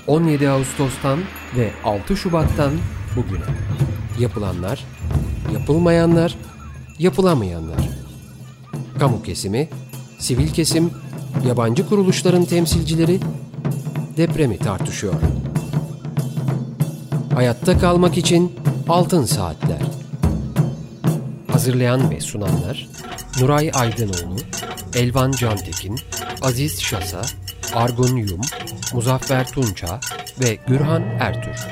17 Ağustos'tan ve 6 Şubat'tan bugüne. Yapılanlar, yapılmayanlar, yapılamayanlar. Kamu kesimi, sivil kesim, yabancı kuruluşların temsilcileri depremi tartışıyor. Hayatta kalmak için Altın Saatler. Hazırlayan ve sunanlar Nuray Aydınoğlu, Elvan Cantekin, Aziz Şasa, Argun Yum, Muzaffer Tunça ve Gürhan Ertür.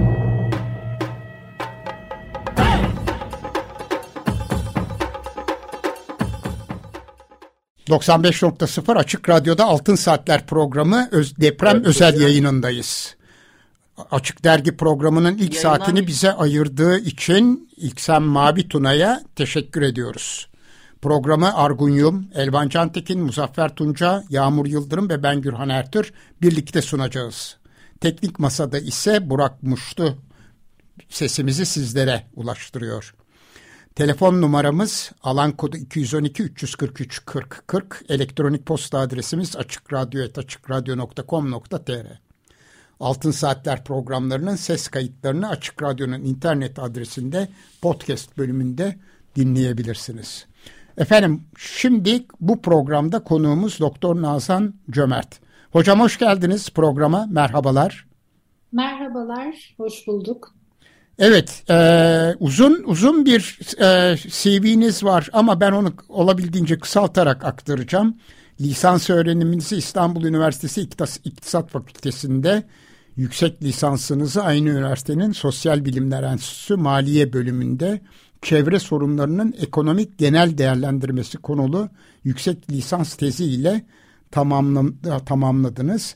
...95.0 Açık Radyo'da Altın Saatler programı deprem özel yayınındayız. Açık Dergi programının ilk saatini bize ayırdığı için İlksem Mavi Tuna'ya teşekkür ediyoruz. Programı Argun Yum, Elvan Cantekin, Muzaffer Tunca, Yağmur Yıldırım ve ben Gürhan Ertür birlikte sunacağız. Teknik masada ise Burak Muştu sesimizi sizlere ulaştırıyor. Telefon numaramız alan kodu 212 343 40 40, elektronik posta adresimiz açıkradyo@açıkradyo.com.tr. Altın Saatler programlarının ses kayıtlarını Açık Radyo'nun internet adresinde podcast bölümünde dinleyebilirsiniz. Efendim, şimdi bu programda konuğumuz Doktor Nazan Cömert. Hocam hoş geldiniz programa, merhabalar. Merhabalar, hoş bulduk. Evet, uzun bir CV'niz var ama ben onu olabildiğince kısaltarak aktaracağım. Lisans öğreniminizi İstanbul Üniversitesi İktisat Fakültesi'nde, yüksek lisansınızı aynı üniversitenin Sosyal Bilimler Enstitüsü Maliye Bölümünde çevre sorunlarının ekonomik genel değerlendirmesi konulu yüksek lisans tezi ile tamamladınız.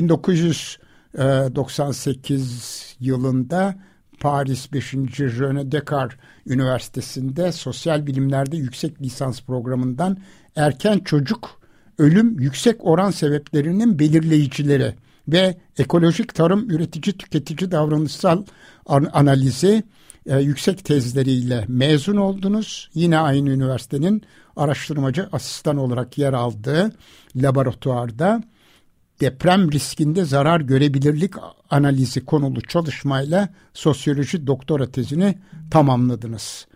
1998 yılında Paris 5. René Descartes Üniversitesi'nde sosyal bilimlerde yüksek lisans programından erken çocuk ölüm yüksek oran sebeplerinin belirleyicileri ve ekolojik tarım üretici tüketici davranışsal analizi yüksek tezleriyle mezun oldunuz. Yine aynı üniversitenin araştırmacı asistan olarak yer aldığı laboratuvarda deprem riskinde zarar görebilirlik analizi konulu çalışmayla sosyoloji doktora tezini tamamladınız.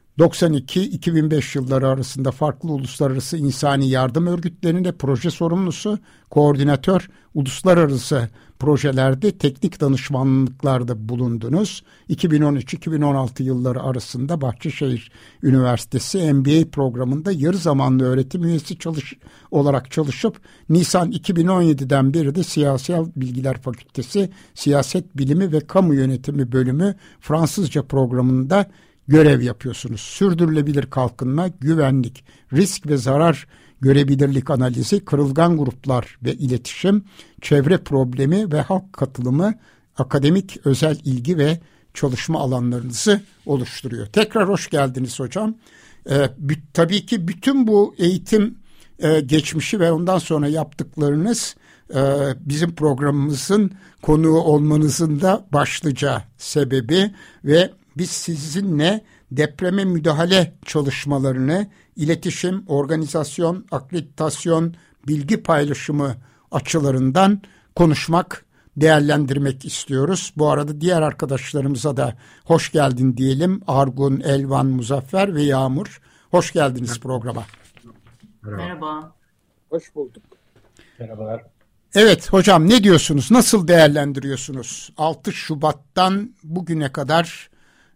92-2005 yılları arasında farklı uluslararası insani yardım örgütlerinde proje sorumlusu, koordinatör, uluslararası projelerde teknik danışmanlıklarda bulundunuz. 2013-2016 yılları arasında Bahçeşehir Üniversitesi MBA programında yarı zamanlı öğretim üyesi olarak çalışıp Nisan 2017'den beri de Siyasal Bilgiler Fakültesi Siyaset Bilimi ve Kamu Yönetimi Bölümü Fransızca programında görev yapıyorsunuz. Sürdürülebilir kalkınma, güvenlik, risk ve zarar görebilirlik analizi, kırılgan gruplar ve iletişim, çevre problemi ve halk katılımı, akademik özel ilgi ve çalışma alanlarınızı oluşturuyor. Tekrar hoş geldiniz hocam. Tabii ki bütün bu eğitim geçmişi ve ondan sonra yaptıklarınız bizim programımızın konuğu olmanızın da başlıca sebebi ve biz sizinle depreme müdahale çalışmalarını iletişim, organizasyon, akreditasyon, bilgi paylaşımı açılarından konuşmak, değerlendirmek istiyoruz. Bu arada diğer arkadaşlarımıza da hoş geldin diyelim. Argun, Elvan, Muzaffer ve Yağmur. Hoş geldiniz programa. Merhaba. Hoş bulduk. Merhabalar. Evet hocam, ne diyorsunuz? Nasıl değerlendiriyorsunuz? 6 Şubat'tan bugüne kadar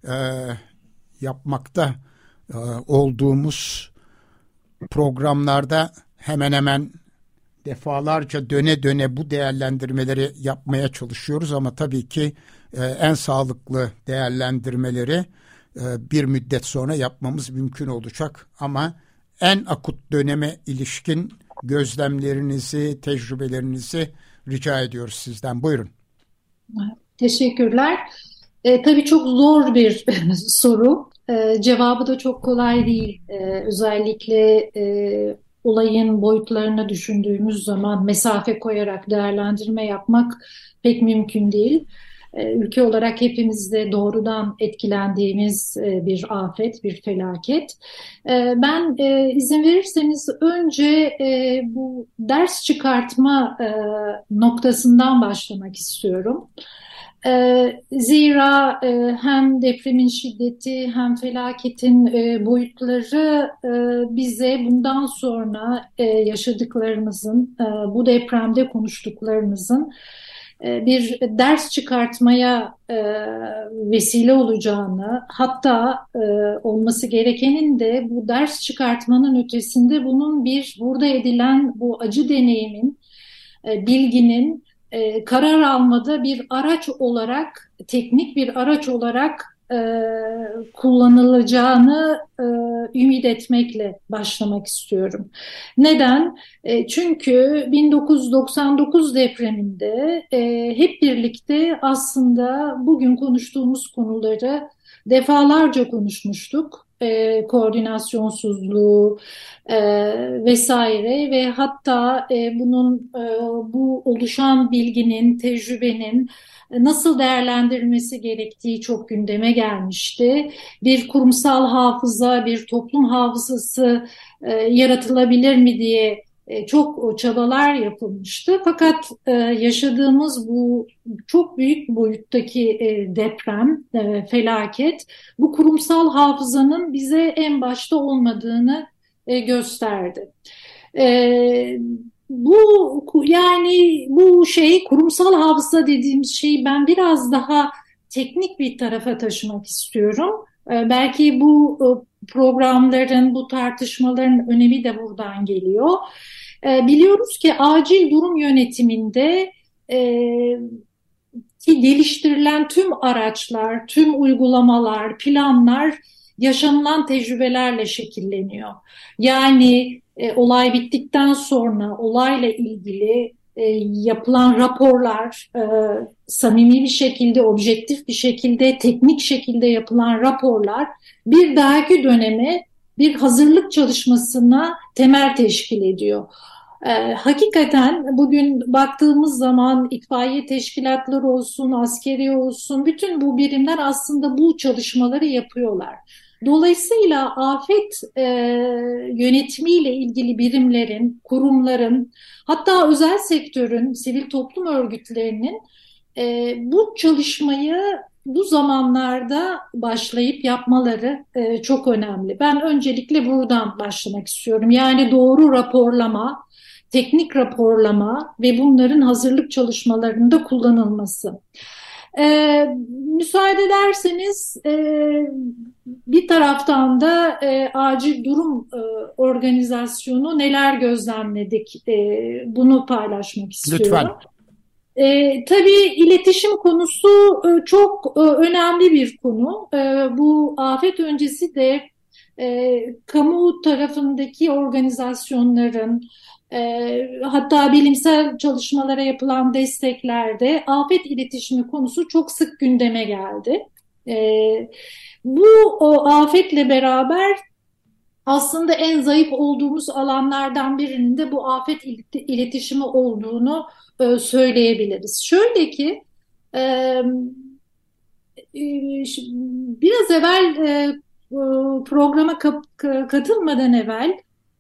yapmakta olduğumuz programlarda hemen hemen defalarca döne döne bu değerlendirmeleri yapmaya çalışıyoruz ama tabii ki en sağlıklı değerlendirmeleri bir müddet sonra yapmamız mümkün olacak ama en akut döneme ilişkin gözlemlerinizi, tecrübelerinizi rica ediyoruz sizden. Buyurun. Teşekkürler. Tabii çok zor bir soru. Cevabı da çok kolay değil. Özellikle olayın boyutlarını düşündüğümüz zaman mesafe koyarak değerlendirme yapmak pek mümkün değil. Ülke olarak hepimiz de doğrudan etkilendiğimiz bir afet, bir felaket. Ben izin verirseniz önce bu ders çıkartma noktasından başlamak istiyorum. Zira hem depremin şiddeti hem felaketin boyutları bize bundan sonra yaşadıklarımızın, bu depremde konuştuklarımızın bir ders çıkartmaya vesile olacağını, hatta olması gerekenin de bu ders çıkartmanın ötesinde bunun bir burada edilen bu acı deneyimin, bilginin karar almada bir araç olarak, teknik bir araç olarak kullanılacağını ümit etmekle başlamak istiyorum. Neden? Çünkü 1999 depreminde hep birlikte aslında bugün konuştuğumuz konuları defalarca konuşmuştuk. Koordinasyonsuzluğu vesaire ve hatta bu oluşan bilginin, tecrübenin nasıl değerlendirilmesi gerektiği çok gündeme gelmişti. Bir kurumsal hafıza, bir toplum hafızası yaratılabilir mi diye çok çabalar yapılmıştı. Fakat yaşadığımız bu çok büyük boyuttaki deprem, felaket, bu kurumsal hafızanın bize en başta olmadığını gösterdi. Bu kurumsal hafıza dediğimiz şeyi ben biraz daha teknik bir tarafa taşımak istiyorum. Belki bu programların, bu tartışmaların önemi de buradan geliyor. Biliyoruz ki acil durum yönetiminde ki geliştirilen tüm araçlar, tüm uygulamalar, planlar yaşanılan tecrübelerle şekilleniyor. Yani olay bittikten sonra olayla ilgili yapılan raporlar, samimi bir şekilde, objektif bir şekilde, teknik şekilde yapılan raporlar bir dahaki döneme bir hazırlık çalışmasına temel teşkil ediyor. Hakikaten bugün baktığımız zaman itfaiye teşkilatları olsun, askeri olsun, bütün bu birimler aslında bu çalışmaları yapıyorlar. Dolayısıyla afet yönetimiyle ilgili birimlerin, kurumların, hatta özel sektörün, sivil toplum örgütlerinin bu çalışmayı bu zamanlarda başlayıp yapmaları çok önemli. Ben öncelikle buradan başlamak istiyorum. Yani doğru raporlama, teknik raporlama ve bunların hazırlık çalışmalarında kullanılması. Müsaade ederseniz bir taraftan da acil durum organizasyonu neler gözlemledik bunu paylaşmak istiyorum. Lütfen. Tabii iletişim konusu çok önemli bir konu. Bu afet öncesi de kamu tarafındaki organizasyonların, hatta bilimsel çalışmalara yapılan desteklerde afet iletişimi konusu çok sık gündeme geldi. Bu afetle beraber aslında en zayıf olduğumuz alanlardan birinin de bu afet iletişimi olduğunu söyleyebiliriz. Şöyle ki biraz evvel programa katılmadan evvel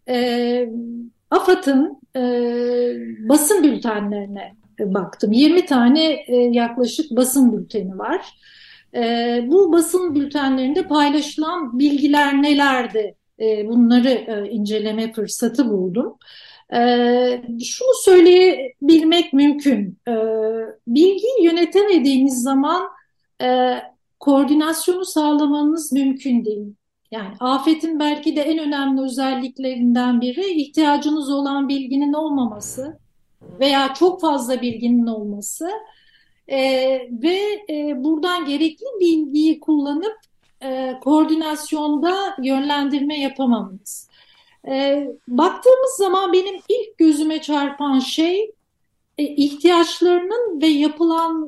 AFAD'ın basın bültenlerine baktım. 20 tane yaklaşık basın bülteni var. Bu basın bültenlerinde paylaşılan bilgiler nelerdi? Bunları inceleme fırsatı buldum. Şunu söyleyebilmek mümkün. Bilgiyi yönetemediğiniz zaman koordinasyonu sağlamanız mümkün değil. Yani afetin belki de en önemli özelliklerinden biri ihtiyacınız olan bilginin olmaması veya çok fazla bilginin olması ve buradan gerekli bilgiyi kullanıp koordinasyonda yönlendirme yapamamız. Baktığımız zaman benim ilk gözüme çarpan şey ihtiyaçlarının ve yapılan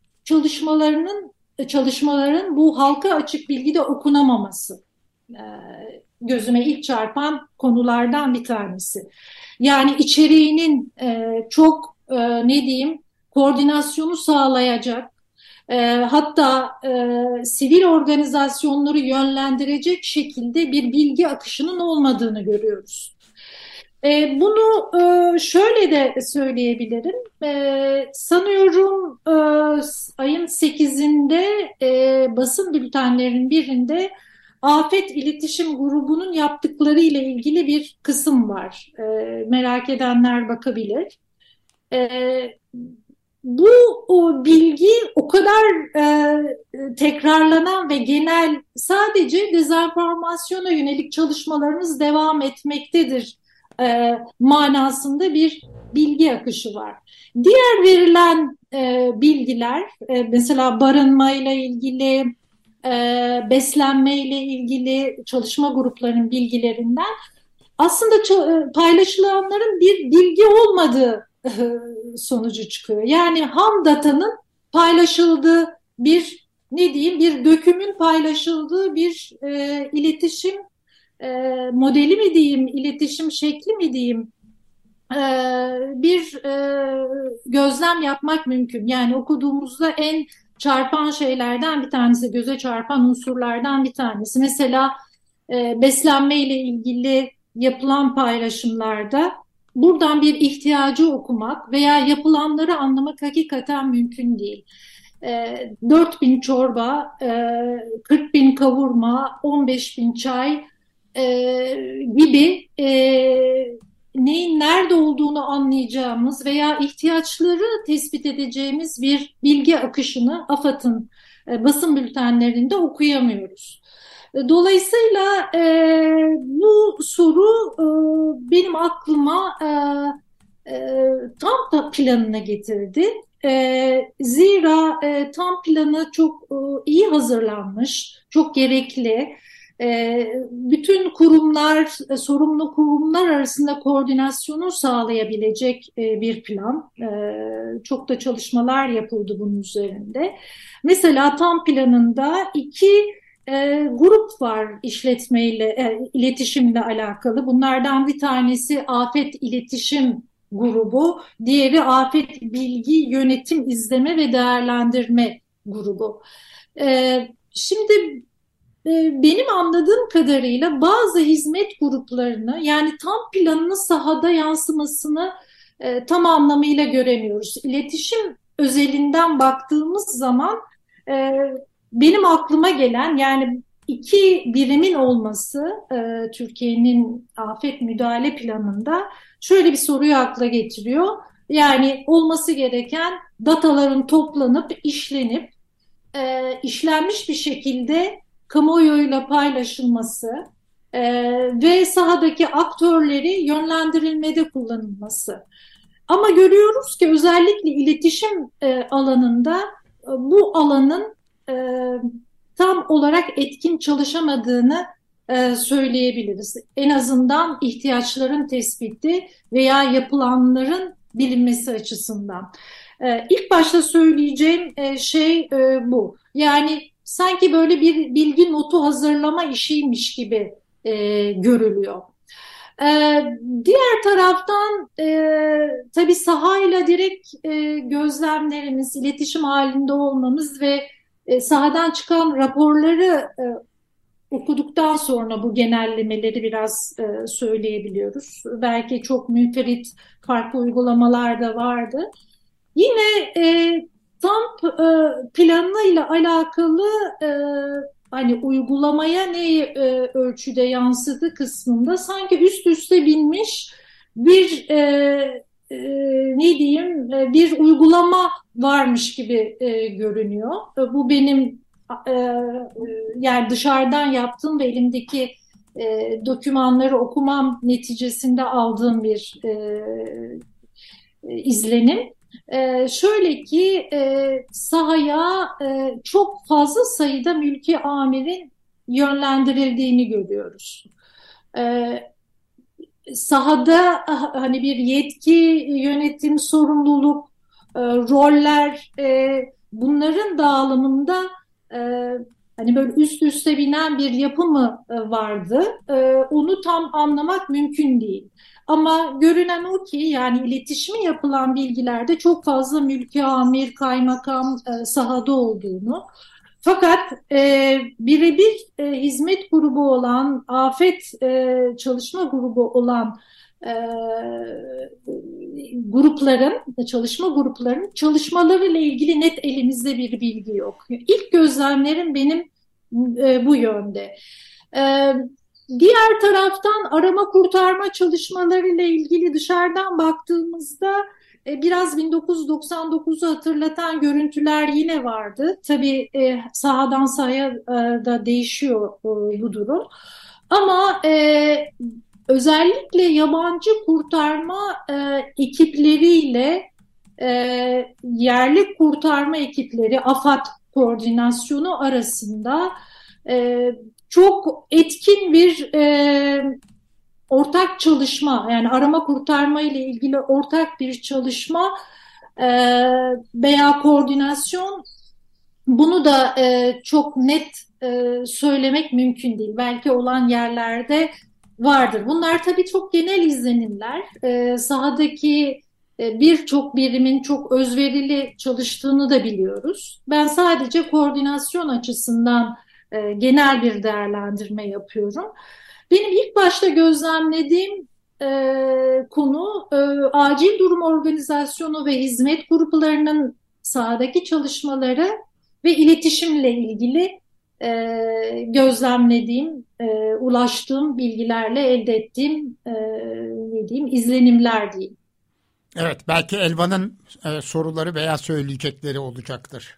çalışmaların bu halka açık bilgide okunamaması. Gözüme ilk çarpan konulardan bir tanesi. Yani içeriğinin çok koordinasyonu sağlayacak, Hatta sivil organizasyonları yönlendirecek şekilde bir bilgi akışının olmadığını görüyoruz. Bunu şöyle de söyleyebilirim. Sanıyorum ayın 8'inde basın bültenlerinin birinde Afet İletişim Grubu'nun yaptıkları ile ilgili bir kısım var. Merak edenler bakabilir. Bu bilgi o kadar tekrarlanan ve genel, sadece dezenformasyona yönelik çalışmalarımız devam etmektedir manasında bir bilgi akışı var. Diğer verilen bilgiler, mesela barınmayla ilgili, beslenmeyle ilgili çalışma gruplarının bilgilerinden aslında paylaşılanların bir bilgi olmadığı sonucu çıkıyor. Yani ham datanın paylaşıldığı bir, ne diyeyim, bir dökümün paylaşıldığı bir iletişim modeli mi diyeyim, iletişim şekli mi diyeyim, bir gözlem yapmak mümkün. Yani okuduğumuzda en çarpan şeylerden bir tanesi, göze çarpan unsurlardan bir tanesi. Mesela beslenme ile ilgili yapılan paylaşımlarda buradan bir ihtiyacı okumak veya yapılanları anlamak hakikaten mümkün değil. 4.000 çorba, 40.000 kavurma, 15.000 çay gibi neyin nerede olduğunu anlayacağımız veya ihtiyaçları tespit edeceğimiz bir bilgi akışını AFAD'ın basın bültenlerinde okuyamıyoruz. Dolayısıyla bu soru benim aklıma tam planına getirdi. Zira tam planı çok iyi hazırlanmış, çok gerekli. Bütün kurumlar, sorumlu kurumlar arasında koordinasyonu sağlayabilecek bir plan. Çok da çalışmalar yapıldı bunun üzerinde. Mesela tam planında iki grup var işletmeyle, iletişimle alakalı. Bunlardan bir tanesi Afet İletişim Grubu, diğeri Afet Bilgi Yönetim İzleme ve Değerlendirme Grubu. Şimdi benim anladığım kadarıyla bazı hizmet gruplarını, yani tam planını sahada yansımasını tam anlamıyla göremiyoruz. İletişim özelinden baktığımız zaman benim aklıma gelen, yani iki birimin olması Türkiye'nin afet müdahale planında şöyle bir soruyu akla getiriyor. Yani olması gereken dataların toplanıp, işlenip, işlenmiş bir şekilde kamuoyuyla paylaşılması ve sahadaki aktörleri yönlendirilmede kullanılması. Ama görüyoruz ki özellikle iletişim alanında bu alanın tam olarak etkin çalışamadığını söyleyebiliriz. En azından ihtiyaçların tespiti veya yapılanların bilinmesi açısından. İlk başta söyleyeceğim şey bu. Yani sanki böyle bir bilgi notu hazırlama işiymiş gibi görülüyor. Diğer taraftan tabii sahayla direkt gözlemlerimiz, iletişim halinde olmamız ve sahadan çıkan raporları okuduktan sonra bu genellemeleri biraz söyleyebiliyoruz. Belki çok münferit farklı uygulamalar da vardı. Yine tam planıyla alakalı hani uygulamaya ne ölçüde yansıdı kısmında sanki üst üste binmiş bir ne diyeyim bir uygulama varmış gibi görünüyor. Bu benim yani dışarıdan yaptığım ve elimdeki dokümanları okumam neticesinde aldığım bir izlenim. Şöyle ki sahaya çok fazla sayıda mülki amirin yönlendirildiğini görüyoruz. Sahada hani bir yetki, yönetim, sorumluluk, roller, bunların dağılımında hani böyle üst üste binen bir yapı mı vardı? Onu tam anlamak mümkün değil. Ama görünen o ki yani iletişimi yapılan bilgilerde çok fazla mülki amir, kaymakam sahada olduğunu. Fakat birebir hizmet grubu olan, afet çalışma grubu olan e, çalışma gruplarının çalışmalarıyla ilgili net elimizde bir bilgi yok. İlk gözlemlerim benim bu yönde. E, Diğer taraftan arama kurtarma çalışmalarıyla ilgili dışarıdan baktığımızda biraz 1999'u hatırlatan görüntüler yine vardı. Tabii sahadan sahaya da değişiyor bu durum. Ama özellikle yabancı kurtarma ekipleriyle e, yerli kurtarma ekipleri, AFAD koordinasyonu arasında e, çok etkin bir ortak çalışma, yani arama kurtarma ile ilgili ortak bir çalışma e, veya koordinasyon, bunu da çok net söylemek mümkün değil. Belki olan yerlerde vardır. Bunlar tabii çok genel izlenimler. Sahadaki birçok birimin çok özverili çalıştığını da biliyoruz. Ben sadece koordinasyon açısından genel bir değerlendirme yapıyorum. Benim ilk başta gözlemlediğim konu acil durum organizasyonu ve hizmet gruplarının sahadaki çalışmaları ve iletişimle ilgili gözlemlediğim, ulaştığım bilgilerle elde ettiğim ne diyeyim, izlenimler diyeyim. Evet, belki Elvan'ın soruları veya söyleyecekleri olacaktır.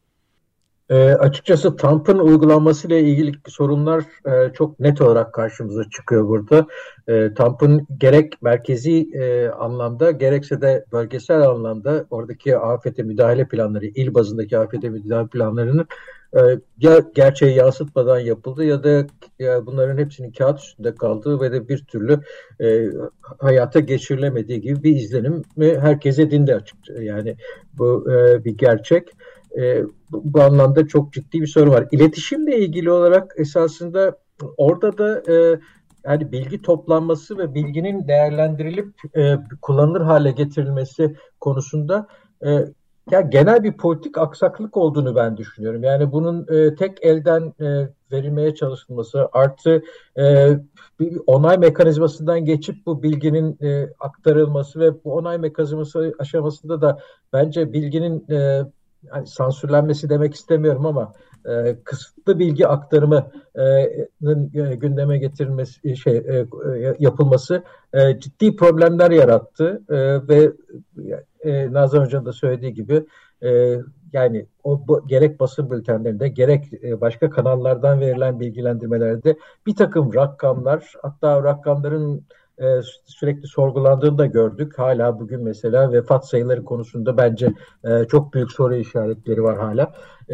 Açıkçası TAMP'ın uygulanmasıyla ilgili sorunlar çok net olarak karşımıza çıkıyor burada. TAMP'ın gerek merkezi anlamda gerekse de bölgesel anlamda oradaki afete müdahale planları, il bazındaki afete müdahale planlarının ya gerçeği yansıtmadan yapıldı ya da bunların hepsinin kağıt üstünde kaldığı ve de bir türlü hayata geçirilemediği gibi bir izlenim herkes edindi açıkçası. Yani bu bir gerçek. Bu anlamda çok ciddi bir sorun var. İletişimle ilgili olarak esasında orada da yani bilgi toplanması ve bilginin değerlendirilip kullanılır hale getirilmesi konusunda ya genel bir politik aksaklık olduğunu ben düşünüyorum. Yani bunun tek elden verilmeye çalışılması artı bir onay mekanizmasından geçip bu bilginin aktarılması ve bu onay mekanizması aşamasında da bence bilginin yani sansürlenmesi demek istemiyorum ama kısıtlı bilgi aktarımının gündeme getirilmesi yapılması ciddi problemler yarattı ve Nazan Hoca'nın da söylediği gibi yani gerek basın bültenlerinde gerek başka kanallardan verilen bilgilendirmelerde bir takım rakamlar, hatta rakamların sürekli sorgulandığını da gördük. Hala bugün mesela vefat sayıları konusunda bence çok büyük soru işaretleri var hala.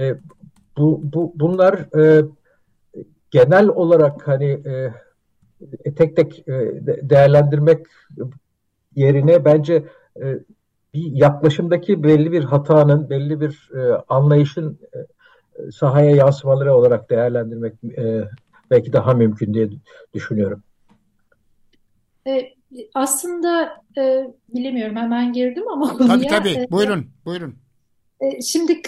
Bunlar genel olarak hani tek tek değerlendirmek yerine bence bir yaklaşımdaki belli bir hatanın, belli bir anlayışın sahaya yansımaları olarak değerlendirmek belki daha mümkün diye düşünüyorum. Aslında bilemiyorum, hemen girdim ama konuya. Tabii. Buyurun. Şimdi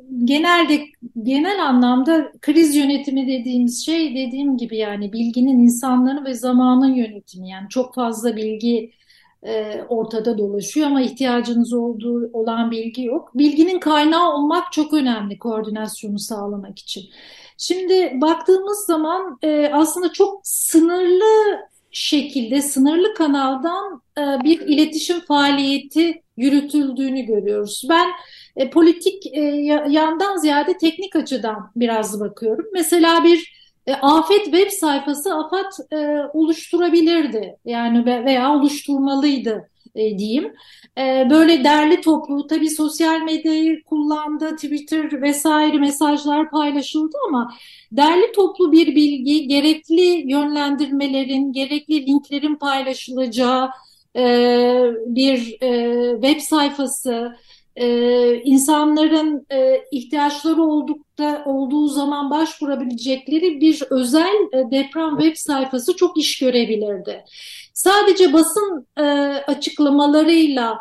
genel anlamda kriz yönetimi dediğimiz şey, dediğim gibi yani bilginin insanların ve zamanın yönetimi. Yani çok fazla bilgi ortada dolaşıyor ama ihtiyacınız olan bilgi yok. Bilginin kaynağı olmak çok önemli koordinasyonu sağlamak için. Şimdi baktığımız zaman aslında çok sınırlı şekilde, sınırlı kanaldan bir iletişim faaliyeti yürütüldüğünü görüyoruz. Ben politik yandan ziyade teknik açıdan biraz bakıyorum. Mesela bir afet web sayfası AFAD oluşturabilirdi, yani veya oluşturmalıydı diyeyim. Böyle derli toplu, tabii sosyal medyayı kullandı, Twitter vesaire mesajlar paylaşıldı ama derli toplu bir bilgi, gerekli yönlendirmelerin, gerekli linklerin paylaşılacağı bir web sayfası, insanların ihtiyaçları olduğu zaman başvurabilecekleri bir özel deprem web sayfası çok iş görebilirdi. Sadece basın açıklamalarıyla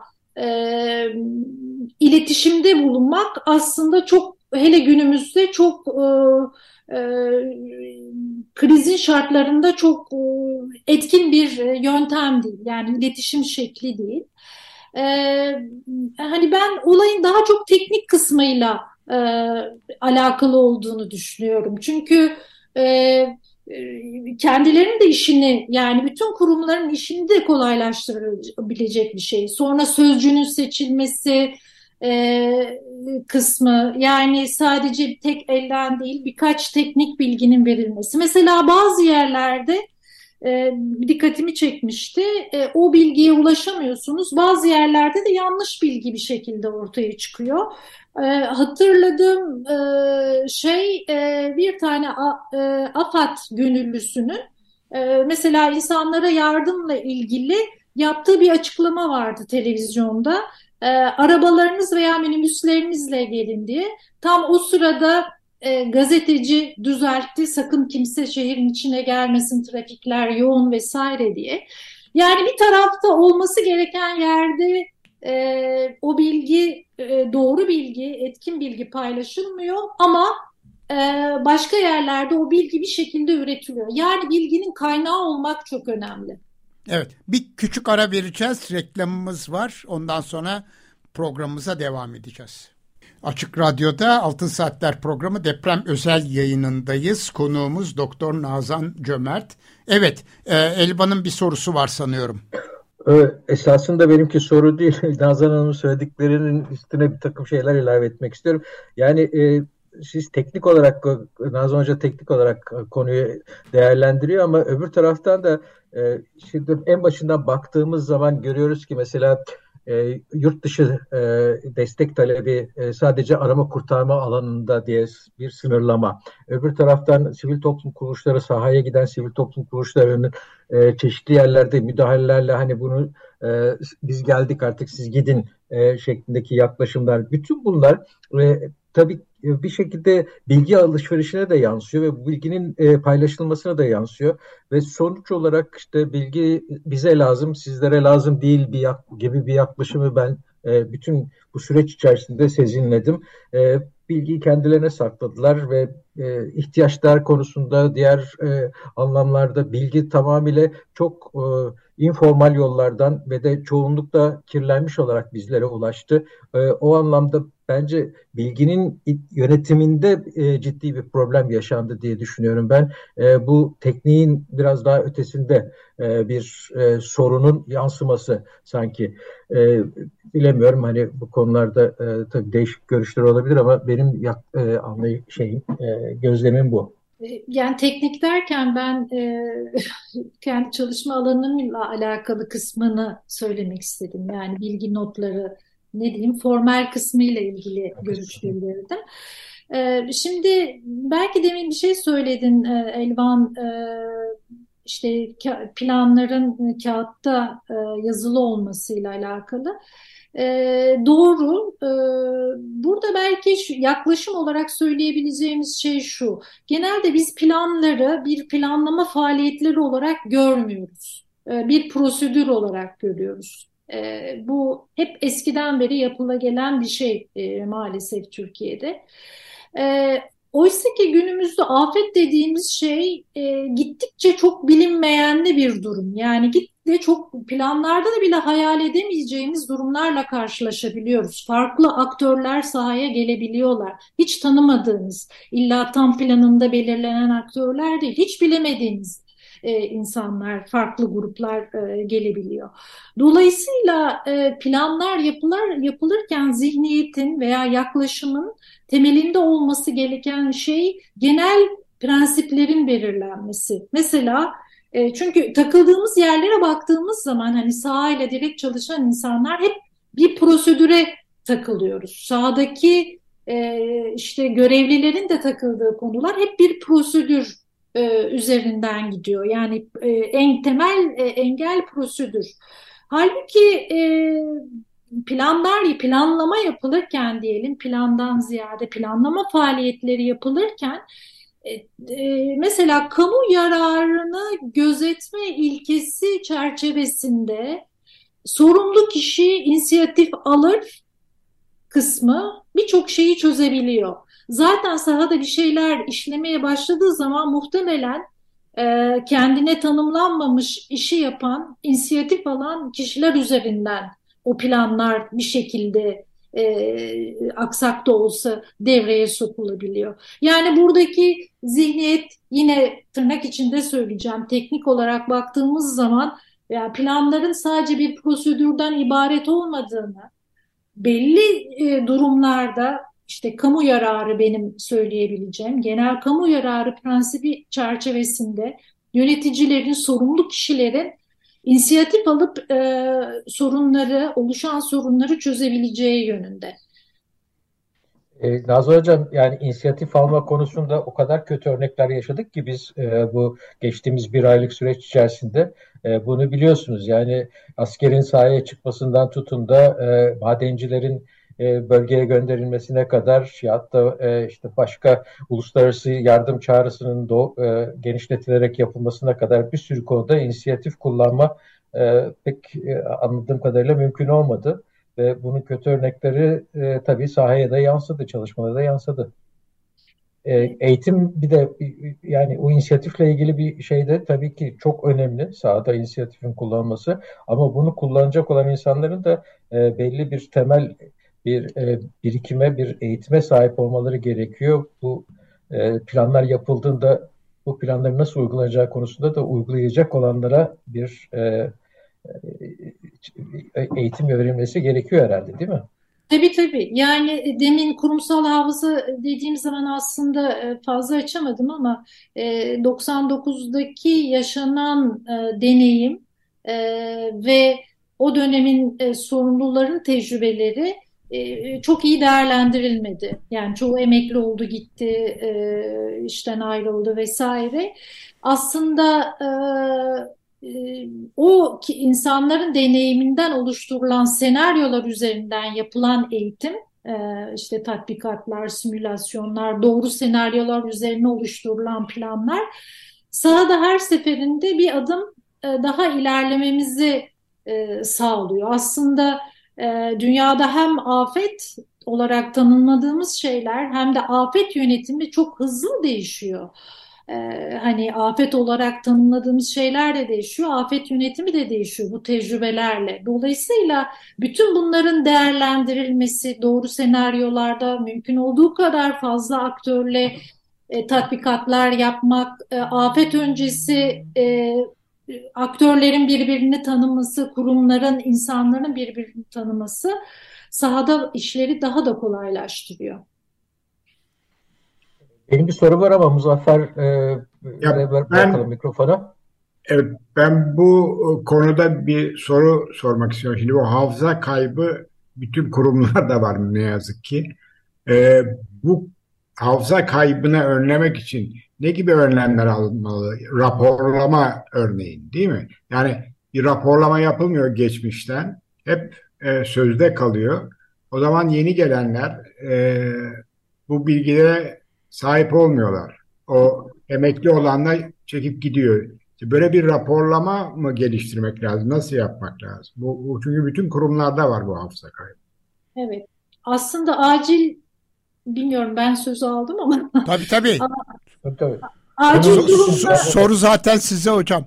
iletişimde bulunmak aslında çok, hele günümüzde çok e, krizin şartlarında çok etkin bir yöntem değil. Yani iletişim şekli değil. Hani ben olayın daha çok teknik kısmıyla alakalı olduğunu düşünüyorum. Çünkü kendilerinin de işini, yani bütün kurumların işini de kolaylaştırabilecek bir şey. Sonra sözcüğünün seçilmesi kısmı, yani sadece tek elden değil birkaç teknik bilginin verilmesi. Mesela bazı yerlerde dikkatimi çekmişti. O bilgiye ulaşamıyorsunuz. Bazı yerlerde de yanlış bilgi bir şekilde ortaya çıkıyor. Hatırladığım bir tane AFAD gönüllüsünün mesela insanlara yardımla ilgili yaptığı bir açıklama vardı televizyonda. Arabalarınız veya minibüslerinizle gelin diye. Tam o sırada gazeteci düzeltti, sakın kimse şehrin içine gelmesin, trafikler yoğun vesaire diye. Yani bir tarafta olması gereken yerde o bilgi, doğru bilgi, etkin bilgi paylaşılmıyor ama başka yerlerde o bilgi bir şekilde üretiliyor. Yani bilginin kaynağı olmak çok önemli. Evet, bir küçük ara vereceğiz. Reklamımız var. Ondan sonra programımıza devam edeceğiz. Açık Radyo'da Altın Saatler programı deprem özel yayınındayız. Konuğumuz Doktor Nazan Cömert. Evet, Elvan'ın bir sorusu var sanıyorum. Esasında benimki soru değil. Nazan Hanım'ın söylediklerinin üstüne bir takım şeyler ilave etmek istiyorum. Yani siz teknik olarak, Nazan Hoca teknik olarak konuyu değerlendiriyor ama öbür taraftan da şimdi en başından baktığımız zaman görüyoruz ki mesela yurt dışı destek talebi sadece arama kurtarma alanında diye bir sınırlama. Öbür taraftan sivil toplum kuruluşları, sahaya giden sivil toplum kuruluşlarının çeşitli yerlerde müdahalelerle hani bunu biz geldik artık siz gidin şeklindeki yaklaşımlar. Bütün bunlar tabii bir şekilde bilgi alışverişine de yansıyor ve bu bilginin paylaşılmasına da yansıyor ve sonuç olarak işte bilgi bize lazım, sizlere lazım değil gibi bir yaklaşımı ben bütün bu süreç içerisinde sezinledim. Bilgiyi kendilerine sakladılar ve ihtiyaçlar konusunda diğer anlamlarda bilgi tamamıyla çok informal yollardan ve de çoğunlukla kirlenmiş olarak bizlere ulaştı. O anlamda bence bilginin yönetiminde ciddi bir problem yaşandı diye düşünüyorum ben. Bu tekniğin biraz daha ötesinde bir sorunun yansıması sanki. Bilemiyorum hani bu konularda tabii değişik görüşler olabilir ama benim gözlemim bu. Yani teknik derken ben kendi çalışma alanımla alakalı kısmını söylemek istedim. Yani bilgi notları, ne diyeyim, formal kısmıyla ilgili görüş bildirdim. Şimdi belki demin bir şey söyledin Elvan, işte planların kağıtta yazılı olmasıyla alakalı. Doğru. Burada belki yaklaşım olarak söyleyebileceğimiz şey şu. Genelde biz planları bir planlama faaliyetleri olarak görmüyoruz. Bir prosedür olarak görüyoruz. Bu hep eskiden beri yapıla bir şey maalesef Türkiye'de. Oysa ki günümüzde afet dediğimiz şey gittikçe çok bilinmeyenli bir durum. Yani gittikçe çok planlarda da bile hayal edemeyeceğimiz durumlarla karşılaşabiliyoruz. Farklı aktörler sahaya gelebiliyorlar. Hiç tanımadığınız, illa tam planında belirlenen aktörler değil, hiç bilemediğiniz insanlar, farklı gruplar gelebiliyor. Dolayısıyla planlar yapılırken zihniyetin veya yaklaşımın temelinde olması gereken şey genel prensiplerin belirlenmesi. Mesela çünkü takıldığımız yerlere baktığımız zaman hani sahayla direkt çalışan insanlar hep bir prosedüre takılıyoruz. Sahadaki işte görevlilerin de takıldığı konular hep bir prosedür üzerinden gidiyor. Yani en temel engel prosedür. Halbuki planlama yapılırken diyelim, plandan ziyade planlama faaliyetleri yapılırken mesela kamu yararını gözetme ilkesi çerçevesinde sorumlu kişi inisiyatif alır kısmı birçok şeyi çözebiliyor. Zaten sahada bir şeyler işlemeye başladığı zaman muhtemelen kendine tanımlanmamış işi yapan, inisiyatif alan kişiler üzerinden o planlar bir şekilde aksak da olsa devreye sokulabiliyor. Yani buradaki zihniyet, yine tırnak içinde söyleyeceğim, teknik olarak baktığımız zaman yani planların sadece bir prosedürden ibaret olmadığını, belli durumlarda işte kamu yararı, benim söyleyebileceğim genel kamu yararı prensibi çerçevesinde yöneticilerin, sorumlu kişilerin inisiyatif alıp oluşan sorunları çözebileceği yönünde. Nazlı Hocam, yani inisiyatif alma konusunda o kadar kötü örnekler yaşadık ki biz bu geçtiğimiz bir aylık süreç içerisinde bunu biliyorsunuz. Yani askerin sahaya çıkmasından tutun da madencilerin bölgeye gönderilmesine kadar, ya da işte başka uluslararası yardım çağrısının genişletilerek yapılmasına kadar bir sürü konuda inisiyatif kullanma pek anladığım kadarıyla mümkün olmadı. Ve bunun kötü örnekleri tabii sahaya da yansıdı, çalışmalara da yansıdı. Eğitim bir de, yani o inisiyatifle ilgili bir şey de tabii ki çok önemli, sahada inisiyatifin kullanılması. Ama bunu kullanacak olan insanların da belli bir temel birikime, bir eğitime sahip olmaları gerekiyor. Bu planlar yapıldığında bu planların nasıl uygulanacağı konusunda da uygulayacak olanlara bir eğitim verilmesi gerekiyor herhalde, değil mi? Tabii tabii. Yani demin kurumsal hafıza dediğim zaman aslında fazla açamadım ama 99'daki yaşanan deneyim ve o dönemin sorumluların tecrübeleri çok iyi değerlendirilmedi. Yani çoğu emekli oldu, gitti, işten ayrıldı vesaire. Aslında o insanların deneyiminden oluşturulan senaryolar üzerinden yapılan eğitim, işte tatbikatlar, simülasyonlar, doğru senaryolar üzerine oluşturulan planlar sahada her seferinde bir adım daha ilerlememizi sağlıyor. Aslında dünyada hem afet olarak tanımladığımız şeyler hem de afet yönetimi çok hızlı değişiyor. Hani afet olarak tanımladığımız şeyler de değişiyor, afet yönetimi de değişiyor bu tecrübelerle. Dolayısıyla bütün bunların değerlendirilmesi, doğru senaryolarda mümkün olduğu kadar fazla aktörle tatbikatlar yapmak, afet öncesi aktörlerin birbirini tanıması, kurumların, insanların birbirini tanıması sahada işleri daha da kolaylaştırıyor. Benim bir soru var ama Muzaffer bırakalım Ben mikrofonu. evet, ben bu konuda bir soru sormak istiyorum. Şimdi bu hafıza kaybı bütün kurumlarda var ne yazık ki. Ee, Bu hafıza kaybını önlemek için ne gibi önlemler alınmalı? Raporlama örneğin, değil mi? Yani bir raporlama yapılmıyor geçmişten. Hep sözde kalıyor. O zaman yeni gelenler bu bilgilere sahip olmuyorlar. O emekli olanlar çekip gidiyor. İşte böyle bir raporlama mı geliştirmek lazım? Nasıl yapmak lazım? Bu çünkü bütün kurumlarda var bu hafıza kaybı. Evet. Aslında acil, bilmiyorum, ben sözü aldım ama Tabii tabii. Tabii. acil durumda Soru zaten size hocam.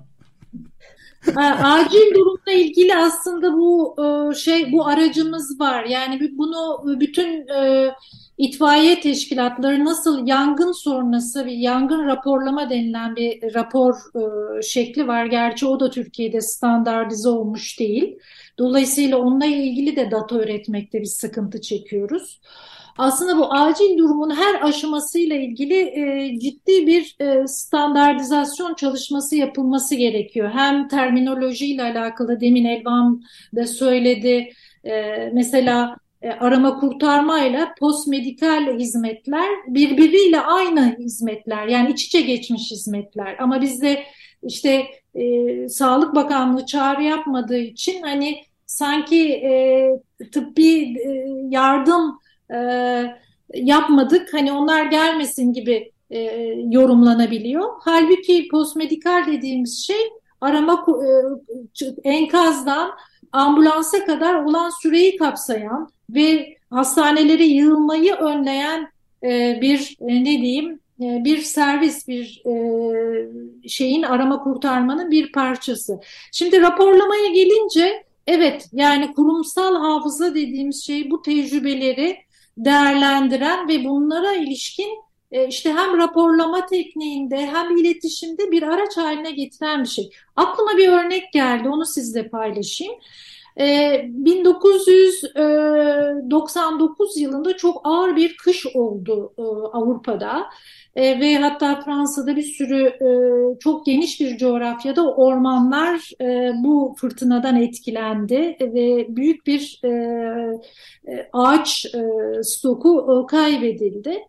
acil durumla ilgili aslında bu aracımız var. Yani bunu bütün itfaiye teşkilatları nasıl yangın sonrası bir yangın raporlama denilen bir rapor şekli var. Gerçi o da Türkiye'de standartize olmuş değil. Dolayısıyla onunla ilgili de data üretmekte bir sıkıntı çekiyoruz. Aslında bu acil durumun her aşamasıyla ilgili ciddi bir standartizasyon çalışması yapılması gerekiyor. Hem terminolojiyle alakalı, demin Elvan da söyledi, mesela arama kurtarmayla postmedikal hizmetler birbiriyle aynı hizmetler, yani iç içe geçmiş hizmetler. Ama bizde işte Sağlık Bakanlığı çağrı yapmadığı için hani sanki tıbbi yardım e, yapmadık, hani onlar gelmesin gibi yorumlanabiliyor. Halbuki postmedikal dediğimiz şey arama, enkazdan ambulansa kadar olan süreyi kapsayan ve hastanelere yığılmayı önleyen bir ne diyeyim, bir servis, bir şeyin, arama kurtarmanın bir parçası. Şimdi raporlamaya gelince, evet, yani kurumsal hafıza dediğimiz şey bu tecrübeleri değerlendiren ve bunlara ilişkin işte hem raporlama tekniğinde hem iletişimde bir araç haline getiren bir şey. Aklıma bir örnek geldi, onu sizle paylaşayım. 1999 yılında çok ağır bir kış oldu Avrupa'da. Ve hatta Fransa'da bir sürü çok geniş bir coğrafyada ormanlar bu fırtınadan etkilendi ve büyük bir ağaç stoku kaybedildi.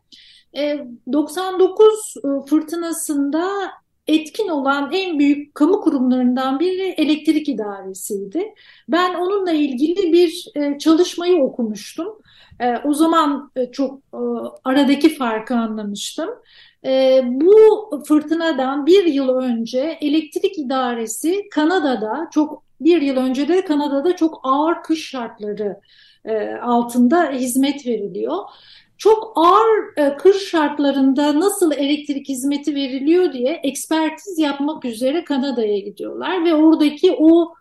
99 fırtınasında etkin olan en büyük kamu kurumlarından biri elektrik idaresiydi. Ben onunla ilgili bir çalışmayı okumuştum. O zaman çok aradaki farkı anlamıştım. Bu fırtınadan bir yıl önce elektrik idaresi Kanada'da, bir yıl önce de Kanada'da çok ağır kış şartları altında hizmet veriliyor. Çok ağır kış şartlarında nasıl elektrik hizmeti veriliyor diye ekspertiz yapmak üzere Kanada'ya gidiyorlar ve oradaki o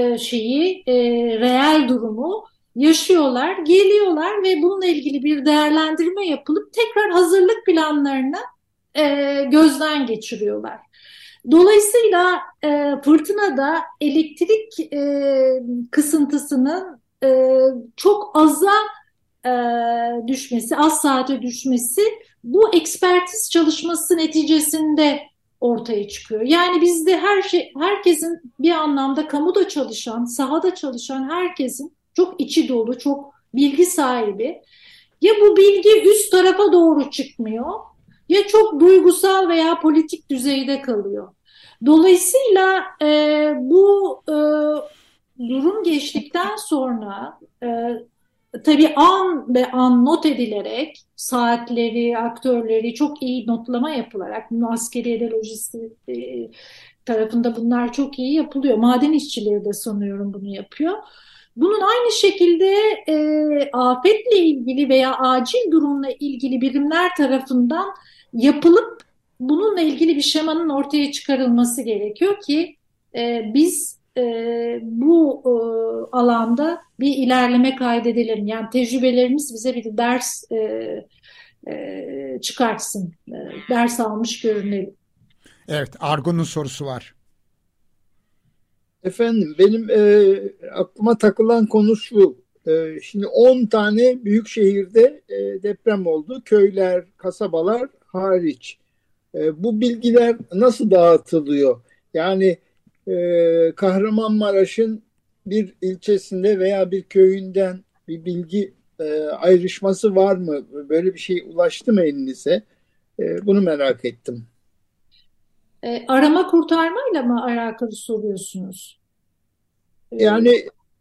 reel durumu yaşıyorlar, geliyorlar ve bununla ilgili bir değerlendirme yapılıp tekrar hazırlık planlarını gözden geçiriyorlar. Dolayısıyla fırtınada elektrik kısıntısının çok aza düşmesi, az saate düşmesi bu ekspertiz çalışması neticesinde ortaya çıkıyor. Yani bizde herkesin bir anlamda, kamuda çalışan, sahada çalışan herkesin çok içi dolu, çok bilgi sahibi. Ya bu bilgi üst tarafa doğru çıkmıyor, ya çok duygusal veya politik düzeyde kalıyor. Dolayısıyla bu durum geçtikten sonra tabii an be an not edilerek, saatleri, aktörleri çok iyi notlama yapılarak, askeriyede, lojistik tarafında bunlar çok iyi yapılıyor. Maden işçileri de sanıyorum bunu yapıyor. Bunun aynı şekilde afetle ilgili veya acil durumla ilgili birimler tarafından yapılıp bununla ilgili bir şemanın ortaya çıkarılması gerekiyor ki biz bu alanda bir ilerleme kaydedelim. Yani tecrübelerimiz bize bir ders çıkartsın, ders almış görünelim. Evet, Argun'un sorusu var. Efendim, benim aklıma takılan konu şu. Şimdi 10 tane büyük şehirde deprem oldu. Köyler, kasabalar hariç. Bu bilgiler nasıl dağıtılıyor? Yani Kahramanmaraş'ın bir ilçesinde veya bir köyünden bir bilgi ayrışması var mı? Böyle bir şey ulaştı mı elinize? Bunu merak ettim. Arama kurtarmayla mı alakalı soruyorsunuz? Yani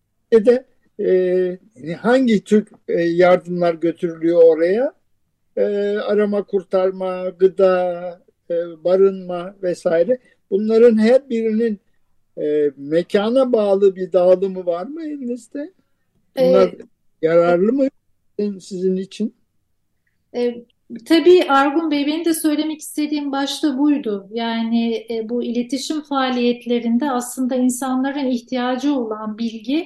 hangi tür yardımlar götürülüyor oraya? Arama kurtarma, gıda, barınma vesaire. Bunların her birinin mekana bağlı bir dağılımı var mı elinizde? Bunlar yararlı mı sizin için? Tabii Argun Bey, benim de söylemek istediğim başta buydu. Yani bu iletişim faaliyetlerinde aslında insanların ihtiyacı olan bilgi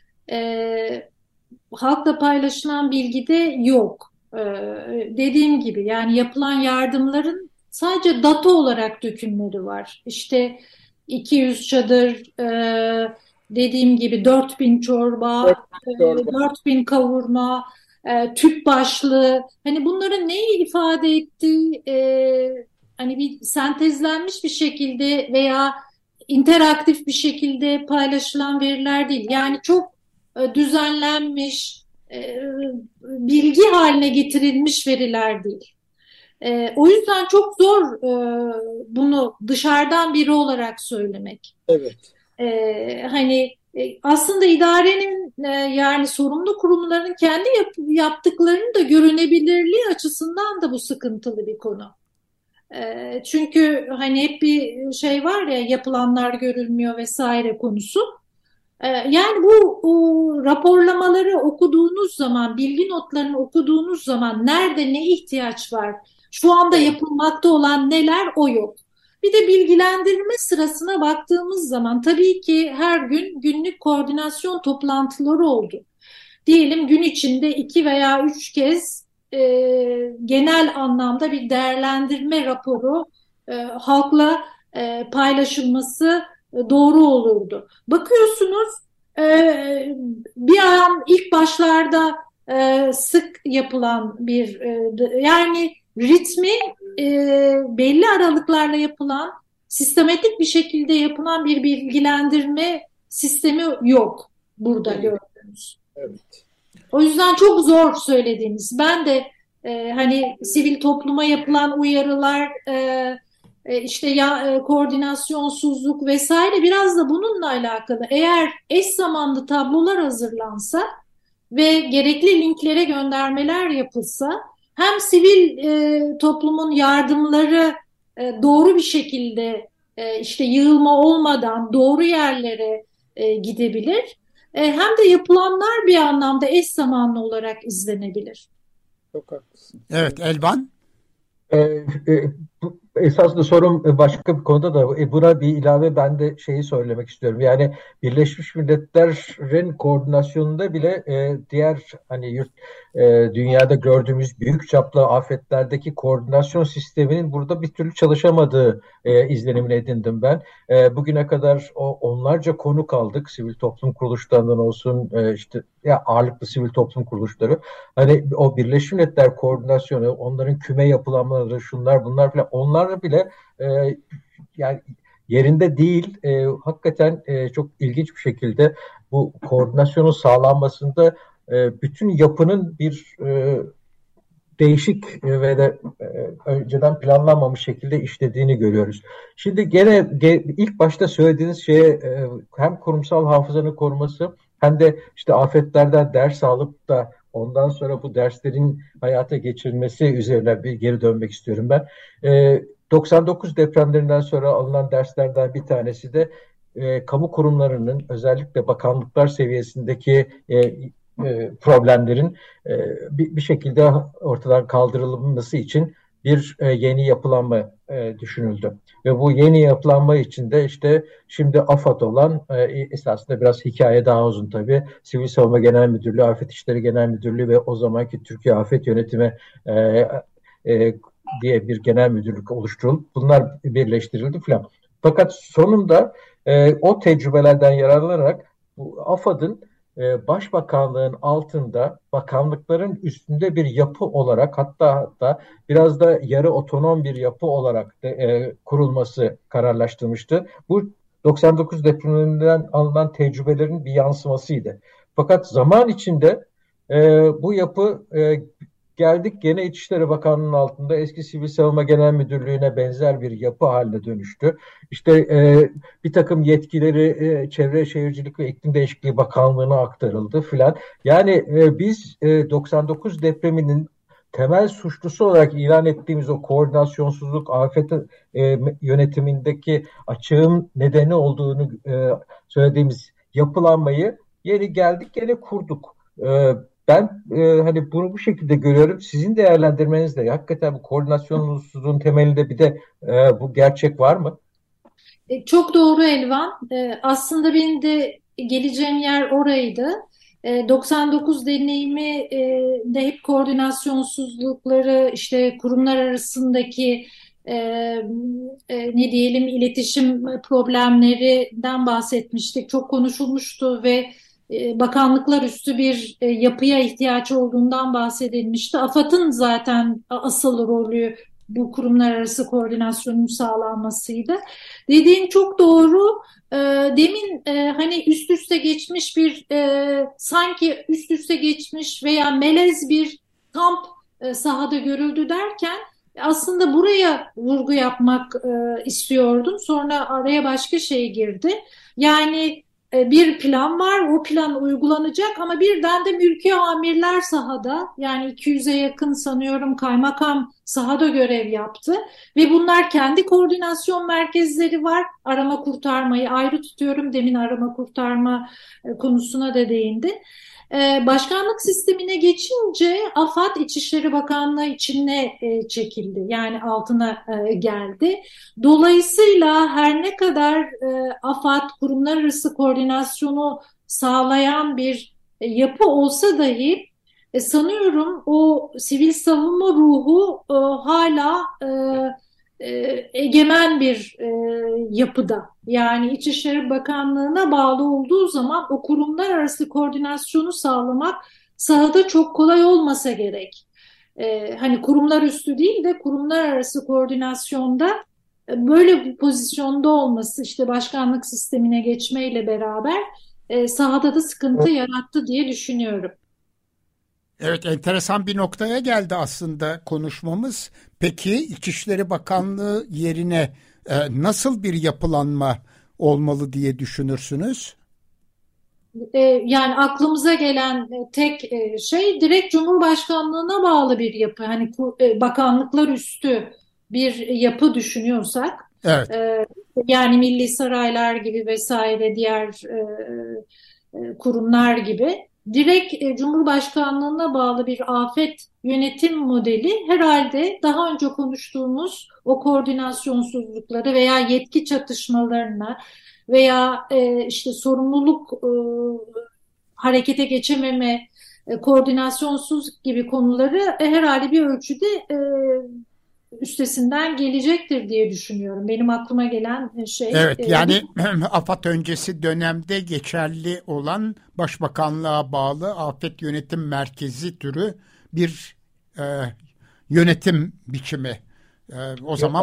halkla paylaşılan bilgide yok. Dediğim gibi, yani yapılan yardımların sadece data olarak dökümleri var. İşte 200 çadır, dediğim gibi 4000 çorba, 4000 kavurma, tüp başlığı, hani bunların neyi ifade ettiği hani bir sentezlenmiş bir şekilde veya interaktif bir şekilde paylaşılan veriler değil. Yani çok düzenlenmiş, bilgi haline getirilmiş veriler değil. O yüzden çok zor bunu dışarıdan biri olarak söylemek. Evet. Hani Aslında idarenin yani sorumlu kurumların kendi yaptıklarının da görünebilirliği açısından da bu sıkıntılı bir konu. Çünkü hani hep bir şey var ya, yapılanlar görülmüyor vesaire konusu. Yani bu raporlamaları okuduğunuz zaman, bilgi notlarını okuduğunuz zaman nerede ne ihtiyaç var, şu anda yapılmakta olan neler, o yok. Bir de bilgilendirme sırasına baktığımız zaman tabii ki her gün günlük koordinasyon toplantıları oldu. Diyelim gün içinde 2 veya 3 kez genel anlamda bir değerlendirme raporu halkla paylaşılması doğru olurdu. Bakıyorsunuz bir an ilk başlarda sık yapılan bir yani ritmi belli aralıklarla yapılan, sistematik bir şekilde yapılan bir bilgilendirme sistemi yok burada gördüğünüz. Evet. O yüzden çok zor söylediğiniz. Ben de hani sivil topluma yapılan uyarılar, koordinasyonsuzluk vesaire biraz da bununla alakalı. Eğer eş zamanlı tablolar hazırlansa ve gerekli linklere göndermeler yapılsa, hem sivil toplumun yardımları doğru bir şekilde yığılma olmadan doğru yerlere gidebilir, hem de yapılanlar bir anlamda eş zamanlı olarak izlenebilir. Çok haklısın. Evet, Elvan. Esasında sorum başka bir konuda da buna bir ilave ben de şeyi söylemek istiyorum. Yani Birleşmiş Milletler'in koordinasyonunda bile diğer hani dünyada gördüğümüz büyük çaplı afetlerdeki koordinasyon sisteminin burada bir türlü çalışamadığı izlenimini edindim ben. Bugüne kadar onlarca konuk aldık. Sivil toplum kuruluşlarından olsun ağırlıklı sivil toplum kuruluşları. Hani o Birleşmiş Milletler koordinasyonu, onların küme yapılanmaları, şunlar bunlar falan, onlarla bile yani yerinde değil. Hakikaten çok ilginç bir şekilde bu koordinasyonun sağlanmasında bütün yapının bir değişik ve de önceden planlanmamış şekilde işlediğini görüyoruz. Şimdi gene ilk başta söylediğiniz şeye hem kurumsal hafızanın koruması hem de işte afetlerden ders alıp da ondan sonra bu derslerin hayata geçirilmesi üzerine bir geri dönmek istiyorum ben. 99 depremlerinden sonra alınan derslerden bir tanesi de kamu kurumlarının özellikle bakanlıklar seviyesindeki problemlerin bir şekilde ortadan kaldırılması için bir yeni yapılanma düşünüldü. Ve bu yeni yapılanma içinde işte şimdi AFAD olan esasında biraz hikaye daha uzun tabii. Sivil Savunma Genel Müdürlüğü, Afet İşleri Genel Müdürlüğü ve o zamanki Türkiye Afet Yönetimi diye bir genel müdürlük oluşturulup bunlar birleştirildi falan. Fakat sonunda o tecrübelerden yararlanarak bu AFAD'ın Başbakanlığın altında bakanlıkların üstünde bir yapı olarak hatta biraz da yarı otonom bir yapı olarak kurulması kararlaştırmıştı. Bu 99 depreminden alınan tecrübelerin bir yansımasıydı. Fakat zaman içinde bu yapı geldik gene İçişleri Bakanlığı'nın altında eski Sivil Savunma Genel Müdürlüğü'ne benzer bir yapı haline dönüştü. İşte bir takım yetkileri Çevre Şehircilik ve İklim Değişikliği Bakanlığı'na aktarıldı filan. Yani biz 99 depreminin temel suçlusu olarak ilan ettiğimiz o koordinasyonsuzluk, afet yönetimindeki açığın nedeni olduğunu söylediğimiz yapılanmayı yeni geldik gene kurduk. Ben hani bunu bu şekilde görüyorum. Sizin değerlendirmenizle hakikaten bu koordinasyonsuzluğun temelinde bir de bu gerçek var mı? Çok doğru Elvan. Aslında benim de geleceğim yer oraydı. 99 deneyimi de hep koordinasyonsuzlukları, işte kurumlar arasındaki ne diyelim iletişim problemlerinden bahsetmiştik. Çok konuşulmuştu ve bakanlıklar üstü bir yapıya ihtiyaç olduğundan bahsedilmişti. AFAD'ın zaten asıl rolü bu kurumlar arası koordinasyonun sağlanmasıydı. Dediğin çok doğru. Demin hani üst üste geçmiş bir sanki üst üste geçmiş veya melez bir kamp sahada görüldü derken aslında buraya vurgu yapmak istiyordum. Sonra araya başka şey girdi. Yani bir plan var, o plan uygulanacak ama birden de mülki amirler sahada, yani 200'e yakın sanıyorum kaymakam sahada görev yaptı ve bunlar kendi koordinasyon merkezleri var. Arama kurtarmayı ayrı tutuyorum, demin arama kurtarma konusuna da değindi. Başkanlık sistemine geçince AFAD İçişleri Bakanlığı içine çekildi, yani altına geldi. Dolayısıyla her ne kadar AFAD kurumlar arası koordinasyonu sağlayan bir yapı olsa dahi sanıyorum o sivil savunma ruhu hala egemen bir yapıda. Yani İçişleri Bakanlığı'na bağlı olduğu zaman o kurumlar arası koordinasyonu sağlamak sahada çok kolay olmasa gerek. Hani kurumlar üstü değil de kurumlar arası koordinasyonda böyle bir pozisyonda olması, işte başkanlık sistemine geçmeyle beraber sahada da sıkıntı yarattı diye düşünüyorum. Evet, enteresan bir noktaya geldi aslında konuşmamız. Peki İçişleri Bakanlığı yerine nasıl bir yapılanma olmalı diye düşünürsünüz? Yani aklımıza gelen tek şey direkt Cumhurbaşkanlığına bağlı bir yapı. Hani bakanlıklar üstü bir yapı düşünüyorsak, Evet. yani milli saraylar gibi vesaire diğer kurumlar gibi direkt Cumhurbaşkanlığına bağlı bir afet yönetim modeli herhalde daha önce konuştuğumuz o koordinasyonsuzlukları veya yetki çatışmalarına veya işte sorumluluk harekete geçememe, koordinasyonsuz gibi konuları herhalde bir ölçüde üstesinden gelecektir diye düşünüyorum. Benim aklıma gelen şey. Evet, yani AFAD öncesi dönemde geçerli olan Başbakanlığa bağlı Afet Yönetim Merkezi türü bir yönetim biçimi. O zaman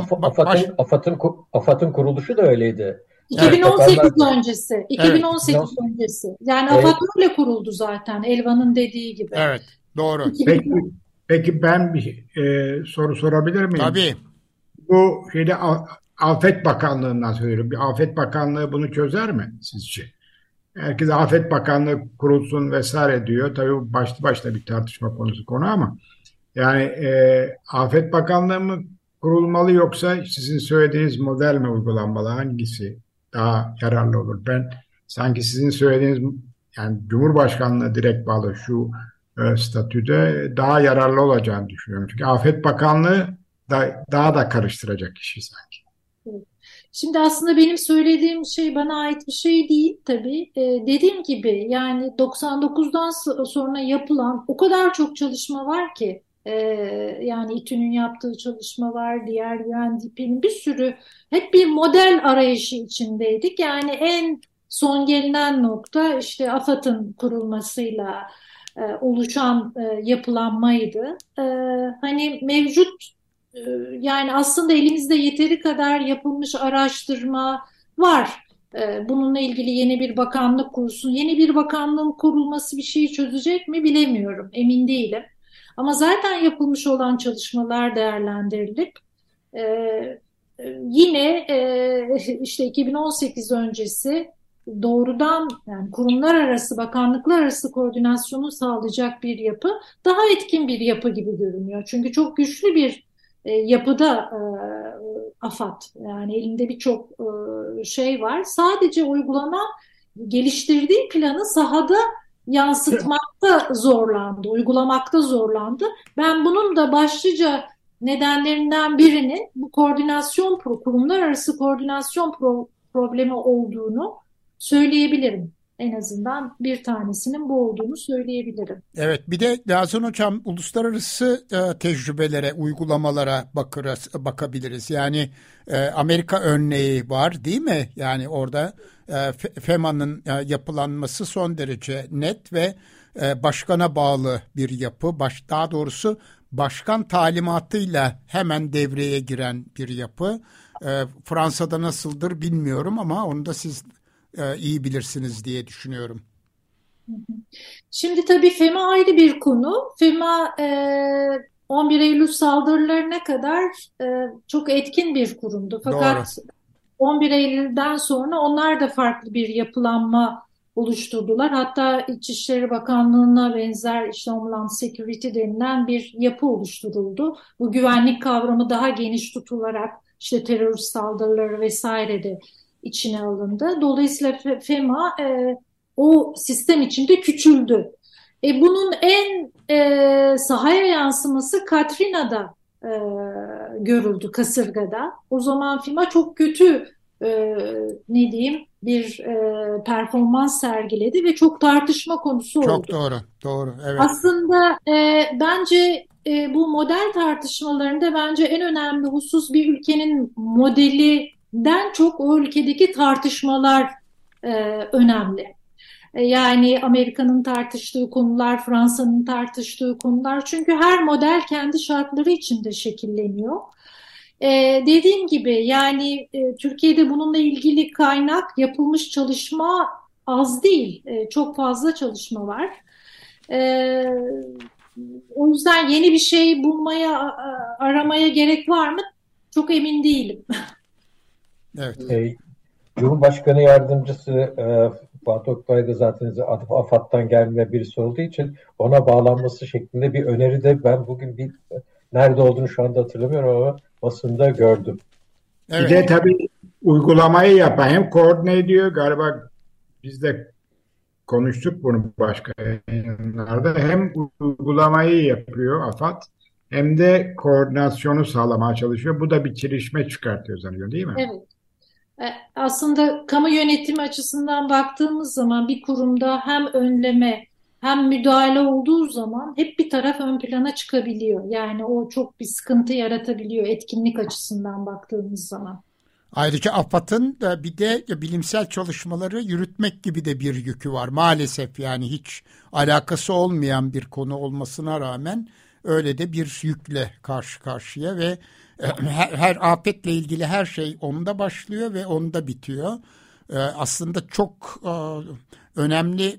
AFAD'ın kuruluşu da öyleydi. 2018 Evet, öncesi. 2018 evet. öncesi. Yani AFAD öyle kuruldu zaten. Elvan'ın dediği gibi. Evet, doğru. Peki ben bir soru sorabilir miyim? Tabii. Bu şeyde Afet Bakanlığı'ndan söylüyorum. Bir Afet Bakanlığı bunu çözer mi sizce? Herkes Afet Bakanlığı kurulsun vesaire diyor. Tabii bu başlı başına bir tartışma konusu ama yani Afet Bakanlığı mı kurulmalı yoksa sizin söylediğiniz model mi uygulanmalı? Hangisi daha yararlı olur? Ben sanki sizin söylediğiniz, yani Cumhurbaşkanlığına direkt bağlı şu statüde daha yararlı olacağını düşünüyorum. Çünkü Afet Bakanlığı daha da karıştıracak işi sanki. Şimdi aslında benim söylediğim şey bana ait bir şey değil tabii. Dediğim gibi yani 99'dan sonra yapılan o kadar çok çalışma var ki, yani İTÜ'nün yaptığı çalışma var, diğer UNDP'nin bir sürü, hep bir model arayışı içindeydik. Yani en son gelinen nokta işte AFAD'ın kurulmasıyla oluşan yapılanmaydı. Hani mevcut, yani aslında elimizde yeteri kadar yapılmış araştırma var. Bununla ilgili yeni bir bakanlık kurulsun. Yeni bir bakanlığın kurulması bir şeyi çözecek mi bilemiyorum. Emin değilim. Ama zaten yapılmış olan çalışmalar değerlendirilip yine işte 2018 öncesi doğrudan, yani kurumlar arası, bakanlıklar arası koordinasyonu sağlayacak bir yapı daha etkin bir yapı gibi görünüyor. Çünkü çok güçlü bir yapıda AFAD, yani elinde birçok şey var. Sadece uygulanan, geliştirdiği planı sahada yansıtmakta zorlandı, uygulamakta zorlandı. Ben bunun da başlıca nedenlerinden birinin bu kurumlar arası koordinasyon problemi olduğunu söyleyebilirim. En azından bir tanesinin bu olduğunu söyleyebilirim. Evet, bir de Nazan Hocam, uluslararası tecrübelere, uygulamalara bakabiliriz. Yani Amerika örneği var değil mi? Yani orada FEMA'nın yapılanması son derece net ve başkana bağlı bir yapı. Daha doğrusu başkan talimatıyla hemen devreye giren bir yapı. Fransa'da nasıldır bilmiyorum ama onu da siz iyi bilirsiniz diye düşünüyorum. Şimdi tabii FEMA ayrı bir konu. FEMA 11 Eylül saldırılarına kadar çok etkin bir kurumdu. Fakat 11 Eylül'den sonra onlar da farklı bir yapılanma oluşturdular. Hatta İçişleri Bakanlığı'na benzer işte Homeland Security denilen bir yapı oluşturuldu. Bu güvenlik kavramı daha geniş tutularak işte terörist saldırıları vesaire de içine alındı. Dolayısıyla FEMA o sistem içinde küçüldü. Bunun en sahaya yansıması Katrina'da görüldü, kasırgada. O zaman FEMA çok kötü ne diyeyim bir performans sergiledi ve çok tartışma konusu oldu. Çok doğru, doğru. Evet. Aslında bence bu model tartışmalarında bence en önemli husus bir ülkenin modelinden çok o ülkedeki tartışmalar önemli. Yani Amerika'nın tartıştığı konular, Fransa'nın tartıştığı konular. Çünkü her model kendi şartları içinde şekilleniyor. Dediğim gibi yani Türkiye'de bununla ilgili kaynak, yapılmış çalışma az değil. Çok fazla çalışma var. O yüzden yeni bir şey bulmaya, aramaya gerek var mı? Çok emin değilim. Evet. Cumhurbaşkanı Yardımcısı Fuat Oktay da zaten AFAD'dan gelme birisi olduğu için ona bağlanması şeklinde bir öneri de ben bugün nerede olduğunu şu anda hatırlamıyorum ama basında gördüm. Evet. Bir de tabii uygulamayı yapan hem koordine ediyor galiba, biz de konuştuk bunu başka yayınlarda, hem uygulamayı yapıyor AFAD hem de koordinasyonu sağlamaya çalışıyor. Bu da bir çelişme çıkartıyor zannediyorum, değil mi? Evet. Aslında kamu yönetimi açısından baktığımız zaman bir kurumda hem önleme hem müdahale olduğu zaman hep bir taraf ön plana çıkabiliyor. Yani o çok bir sıkıntı yaratabiliyor etkinlik açısından baktığımız zaman. Ayrıca AFAD'ın da bir de bilimsel çalışmaları yürütmek gibi de bir yükü var. Maalesef yani hiç alakası olmayan bir konu olmasına rağmen öyle de bir yükle karşı karşıya ve her afetle ilgili her şey onda başlıyor ve onda bitiyor. Aslında çok önemli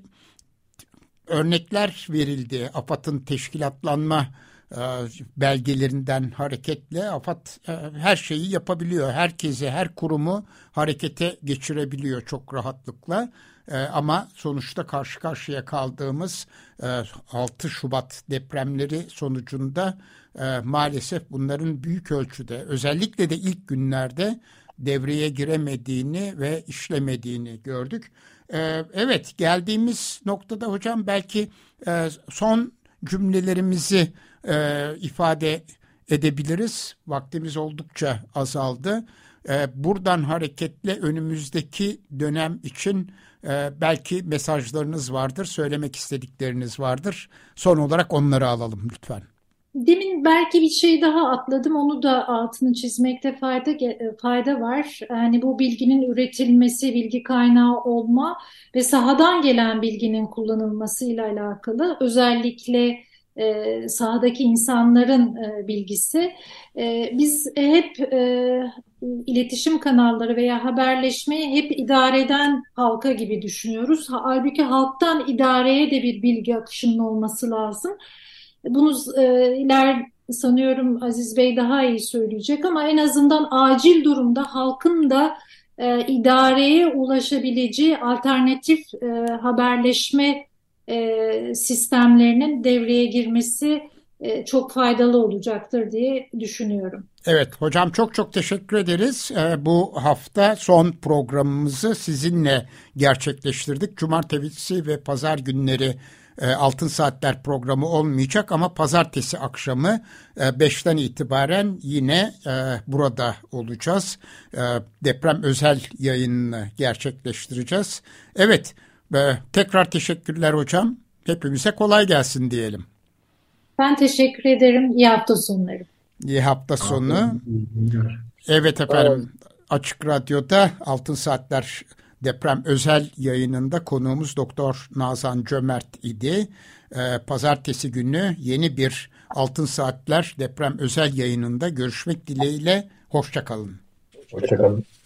örnekler verildi AFAD'ın teşkilatlanma belgelerinden hareketle. AFAD her şeyi yapabiliyor. Herkese, her kurumu harekete geçirebiliyor çok rahatlıkla. Ama sonuçta karşı karşıya kaldığımız 6 Şubat depremleri sonucunda maalesef bunların büyük ölçüde, özellikle de ilk günlerde devreye giremediğini ve işlemediğini gördük. Evet, geldiğimiz noktada hocam belki son cümlelerimizi ifade edebiliriz. Vaktimiz oldukça azaldı. Buradan hareketle önümüzdeki dönem için belki mesajlarınız vardır, söylemek istedikleriniz vardır. Son olarak onları alalım lütfen. Demin belki bir şey daha atladım. Onu da altını çizmekte fayda var. Yani bu bilginin üretilmesi, bilgi kaynağı olma ve sahadan gelen bilginin kullanılmasıyla alakalı. Özellikle sahadaki insanların bilgisi. Biz hep iletişim kanalları veya haberleşmeyi hep idare eden halka gibi düşünüyoruz. Halbuki halktan idareye de bir bilgi akışının olması lazım. Bunu sanıyorum Aziz Bey daha iyi söyleyecek ama en azından acil durumda halkın da idareye ulaşabileceği alternatif haberleşme sistemlerinin devreye girmesi çok faydalı olacaktır diye düşünüyorum. Evet hocam, çok çok teşekkür ederiz. Bu hafta son programımızı sizinle gerçekleştirdik. Cumartesi ve pazar günleri Altın Saatler programı olmayacak ama pazartesi akşamı 5'ten itibaren yine burada olacağız. Deprem özel yayınını gerçekleştireceğiz. Evet, tekrar teşekkürler hocam. Hepimize kolay gelsin diyelim. Ben teşekkür ederim. İyi hafta sonları. İyi hafta sonu. Evet efendim, Açık Radyo'da Altın Saatler deprem özel yayınında konuğumuz Doktor Nazan Cömert idi. Pazartesi günü yeni bir Altın Saatler deprem özel yayınında görüşmek dileğiyle. Hoşça kalın. Hoşça kalın.